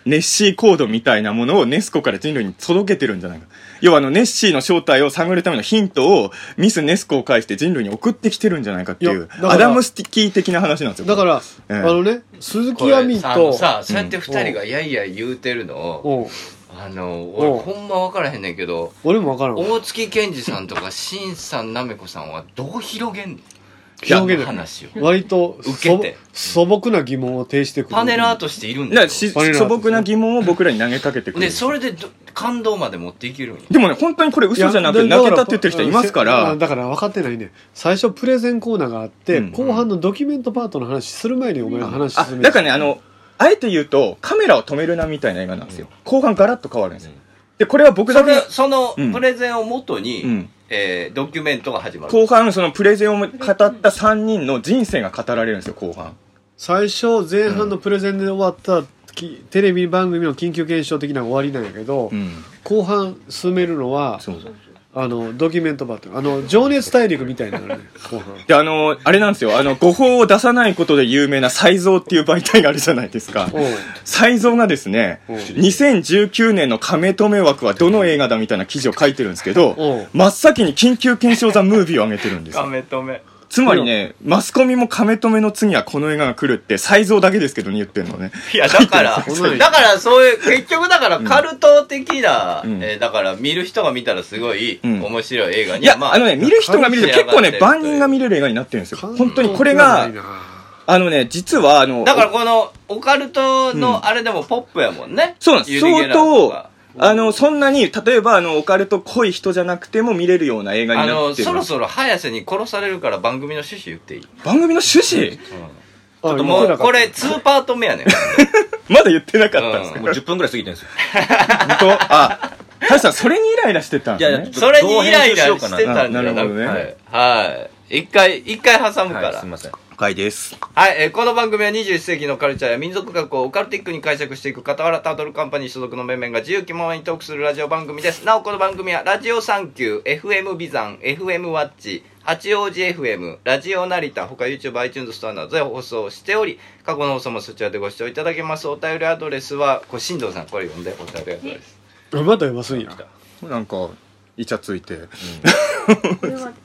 [SPEAKER 6] ネッシーコードみたいなものをネスコから人類に届けてるんじゃないか。要はネッシーの正体を探るためのヒントをミスネスコを介して人類に送ってきてるんじゃないかっていうアダムスティキー的な話なんですよ。
[SPEAKER 1] だから、鈴木亜美と
[SPEAKER 2] そうやって2人がやいやい言うてるのを俺ほんま分からへんねんけど、
[SPEAKER 1] 俺も分からん。
[SPEAKER 2] 大月健二さんとか新さんなめこさんはどう広げんの？
[SPEAKER 1] 広げる
[SPEAKER 2] 話を
[SPEAKER 1] 割と
[SPEAKER 2] 受けて
[SPEAKER 1] 素朴な疑問を呈してくる。
[SPEAKER 2] パネラーとしているんだよ。
[SPEAKER 6] 素朴な疑問を僕らに投げかけてくる。
[SPEAKER 2] でそれで感動まで持っていけるんや。
[SPEAKER 6] でもね、本当にこれ嘘じゃなくて泣けたって言ってる人いますから。
[SPEAKER 1] だから分かってないね。最初プレゼンコーナーがあって、後半のドキュメントパートの話する前にお前が話進めて。
[SPEAKER 6] だからね、あえて言うとカメラを止めるなみたいな映画なんですよ。後半ガラッと変わるんですよ。でこれは僕だけ
[SPEAKER 2] そのプレゼンをもとに、ドキュメントが始まる。
[SPEAKER 6] 後半そのプレゼンを語った3人の人生が語られるんですよ。後半
[SPEAKER 1] 最初前半のプレゼンで終わったテレビ番組の緊急検証的な終わりなんやけど、後半進めるのはドキュメントバーって情熱大陸みたいなのね。後半
[SPEAKER 6] であれなんですよ。誤報を出さないことで有名なサイゾーっていう媒体があるじゃないですか。サイゾーがですね、2019年の亀止め枠はどの映画だみたいな記事を書いてるんですけど、真っ先に緊急検証ザムービーを上げてるんですよ。
[SPEAKER 2] 亀止め。
[SPEAKER 6] つまりね、マスコミも亀止めの次はこの映画が来るってサイゾーだけですけどね、言ってるのね。
[SPEAKER 2] いや、だからそういう、結局だからカルト的な、だから見る人が見たらすごい面白い映画に。
[SPEAKER 6] いや、見る人が見ると結構ね、万人が見れる映画になってるんですよ。本当にこれが、実は
[SPEAKER 2] だからこの、オカルトのあれでもポップやもんね。
[SPEAKER 6] そうなんです。相当、そんなに、例えば、オカルト濃い人じゃなくても見れるような映画になってる。
[SPEAKER 2] そろそろ早瀬に殺されるから番組の趣旨言っていい？
[SPEAKER 6] 番組の趣旨？
[SPEAKER 2] ちょっともう、これ2パート目やねん。
[SPEAKER 6] まだ言ってなかったんですか？
[SPEAKER 3] もう10分くらい過ぎてるんですよ。
[SPEAKER 6] 本当？ハヤさん、それにイライラしてたんですね。
[SPEAKER 2] それにイライラしてたんじゃなくて。
[SPEAKER 6] なるほどね。
[SPEAKER 2] はい。一回挟むから。
[SPEAKER 3] すいません。
[SPEAKER 6] です。
[SPEAKER 2] はい、この番組は21世紀のカルチャーや民族学をオカルティックに解釈していく傍らタートルカンパニー所属の面々が自由気ままにトークするラジオ番組です。なおこの番組はラジオサンキュー、FM ビザン、FM ワッチ、八王子 FM、ラジオ成田、他 YouTube、iTunes ストアなどで放送しており、過去の放送もそちらでご視聴いただけます。お便りアドレスは、これ新藤さんこれ読んで、お便りアドレス。
[SPEAKER 1] また読ますんや。
[SPEAKER 6] なんかイチャついて。
[SPEAKER 8] これは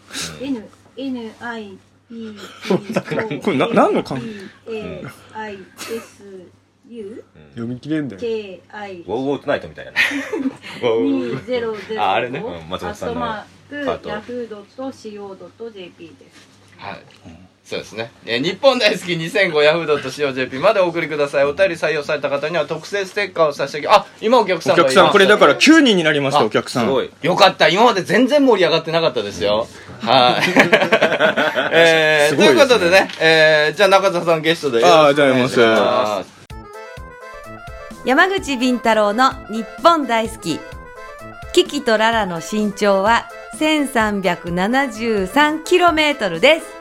[SPEAKER 8] NI
[SPEAKER 6] これ何の関
[SPEAKER 8] 係？
[SPEAKER 1] 読み切れんだよ。
[SPEAKER 3] ウォーウォートナイトみたいな。
[SPEAKER 8] 200
[SPEAKER 2] あれね。
[SPEAKER 3] 松本さんの
[SPEAKER 8] yahoo.co.jp です。
[SPEAKER 2] はい。そうですね。日本大好き2005 yahoo.co.jp までお送りください。お便り採用された方には特製ステッカーを差し上げ。今お客さんがいます。
[SPEAKER 6] お客さんこれだから9人になりました。お客さん。
[SPEAKER 2] すごい。よかった。今まで全然盛り上がってなかったですよ。はい。ということでね、じゃあ中田さんゲストで。
[SPEAKER 6] じゃあやります。
[SPEAKER 7] 山口敏太郎の日本大好き。キキとララの身長は 1373km です。